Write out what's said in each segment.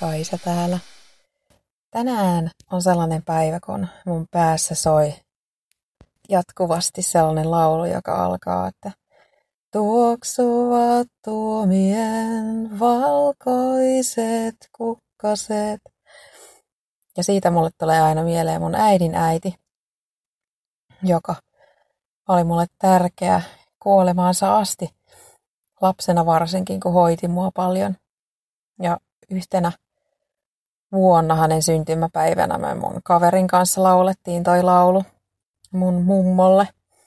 Kaisa täällä. Tänään on sellainen päivä, kun mun päässä soi jatkuvasti sellainen laulu, joka alkaa, että tuoksuvat tuomien valkoiset kukkaset. Ja siitä mulle tulee aina mieleen mun äidin äiti, joka oli mulle tärkeä kuolemaansa asti. Lapsena varsinkin, kun hoiti mua paljon. Ja yhtenä vuonna hänen syntymäpäivänä me mun kaverin kanssa laulettiin toi laulu mun mummolle.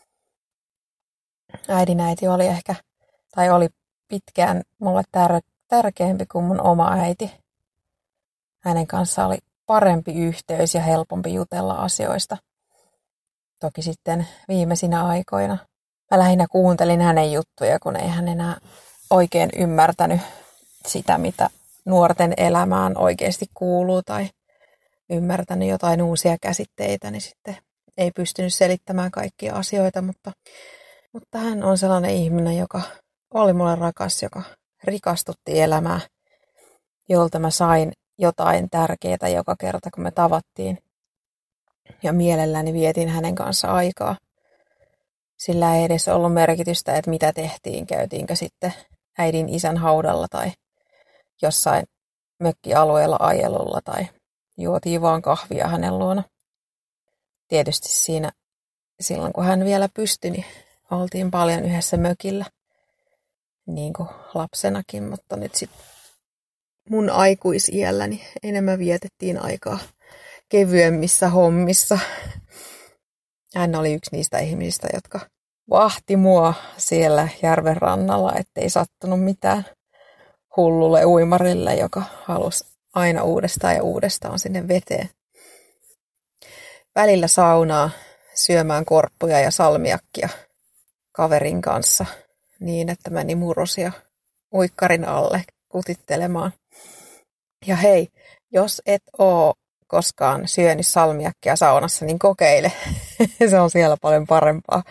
Äidinäiti oli oli pitkään mulle tärkeämpi kuin mun oma äiti. Hänen kanssa oli parempi yhteys ja helpompi jutella asioista. Toki sitten viimeisinä aikoina mä lähinnä kuuntelin hänen juttuja, kun ei hän enää oikein ymmärtänyt sitä, mitä nuorten elämään oikeasti kuuluu tai ymmärtänyt jotain uusia käsitteitä, niin sitten ei pystynyt selittämään kaikkia asioita, mutta hän on sellainen ihminen, joka oli mulle rakas, joka rikastutti elämää, jolta mä sain jotain tärkeää joka kerta, kun me tavattiin. Ja mielelläni vietin hänen kanssa aikaa. Sillä ei edes ollut merkitystä, että mitä tehtiin, käytiinkö sitten äidin isän haudalla tai jossain mökkialueella ajelulla tai juotiin vaan kahvia hänen luona. Tietysti silloin kun hän vielä pystyi, niin oltiin paljon yhdessä mökillä, niin kuin lapsenakin, mutta nyt sitten mun aikuisiälläni enemmän vietettiin aikaa kevyemmissä hommissa. Hän oli yksi niistä ihmisistä, jotka vahti mua siellä järven rannalla, ettei sattunut mitään hullulle uimarille, joka halusi aina uudestaan ja uudestaan sinne veteen. Välillä saunaa syömään korppuja ja salmiakkia kaverin kanssa niin, että meni murusia uikkarin alle kutittelemaan. Ja hei, jos et oo koskaan syönyt salmiakkia saunassa, niin kokeile. Se on siellä paljon parempaa.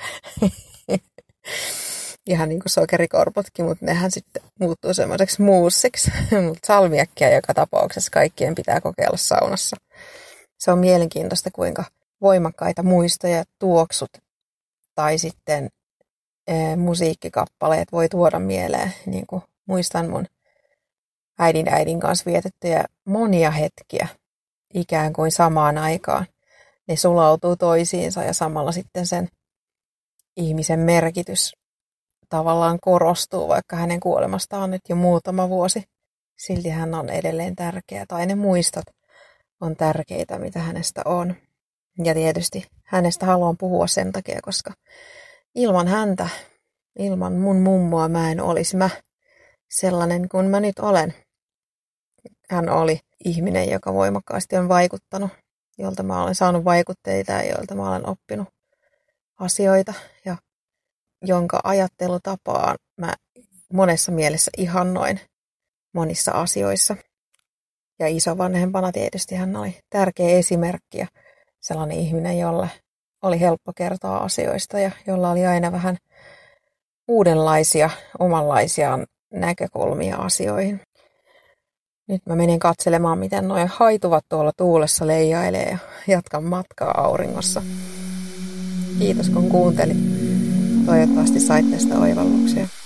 Ihan niin kuin sokerikorpotkin, mutta nehän sitten muuttuu semmoiseksi muussiksi. Mutta salmiakkia joka tapauksessa kaikkien pitää kokeilla saunassa. Se on mielenkiintoista, kuinka voimakkaita muistoja, tuoksut tai sitten musiikkikappaleet voi tuoda mieleen. Niin kuin muistan mun äidin kanssa vietettyjä monia hetkiä ikään kuin samaan aikaan. Ne sulautuu toisiinsa ja samalla sitten sen ihmisen merkitys tavallaan korostuu, vaikka hänen kuolemastaan on nyt jo muutama vuosi. Silti hän on edelleen tärkeä, tai ne muistot on tärkeitä, mitä hänestä on. Ja tietysti hänestä haluan puhua sen takia, koska ilman häntä, ilman mun mummoa mä en olisi sellainen kuin mä nyt olen. Hän oli ihminen, joka voimakkaasti on vaikuttanut, jolta mä olen saanut vaikutteita ja jolta mä olen oppinut asioita ja jonka ajattelutapaan mä monessa mielessä ihannoin monissa asioissa. Ja isovanhempana tietysti hän oli tärkeä esimerkki ja sellainen ihminen, jolle oli helppo kertoa asioista ja jolla oli aina vähän uudenlaisia, omanlaisiaan näkökulmia asioihin. Nyt mä menen katselemaan, miten nuo haituvat tuolla tuulessa leijailee ja jatkan matkaa auringossa. Kiitos kun kuuntelit. Toivottavasti sait tästä oivalluksia.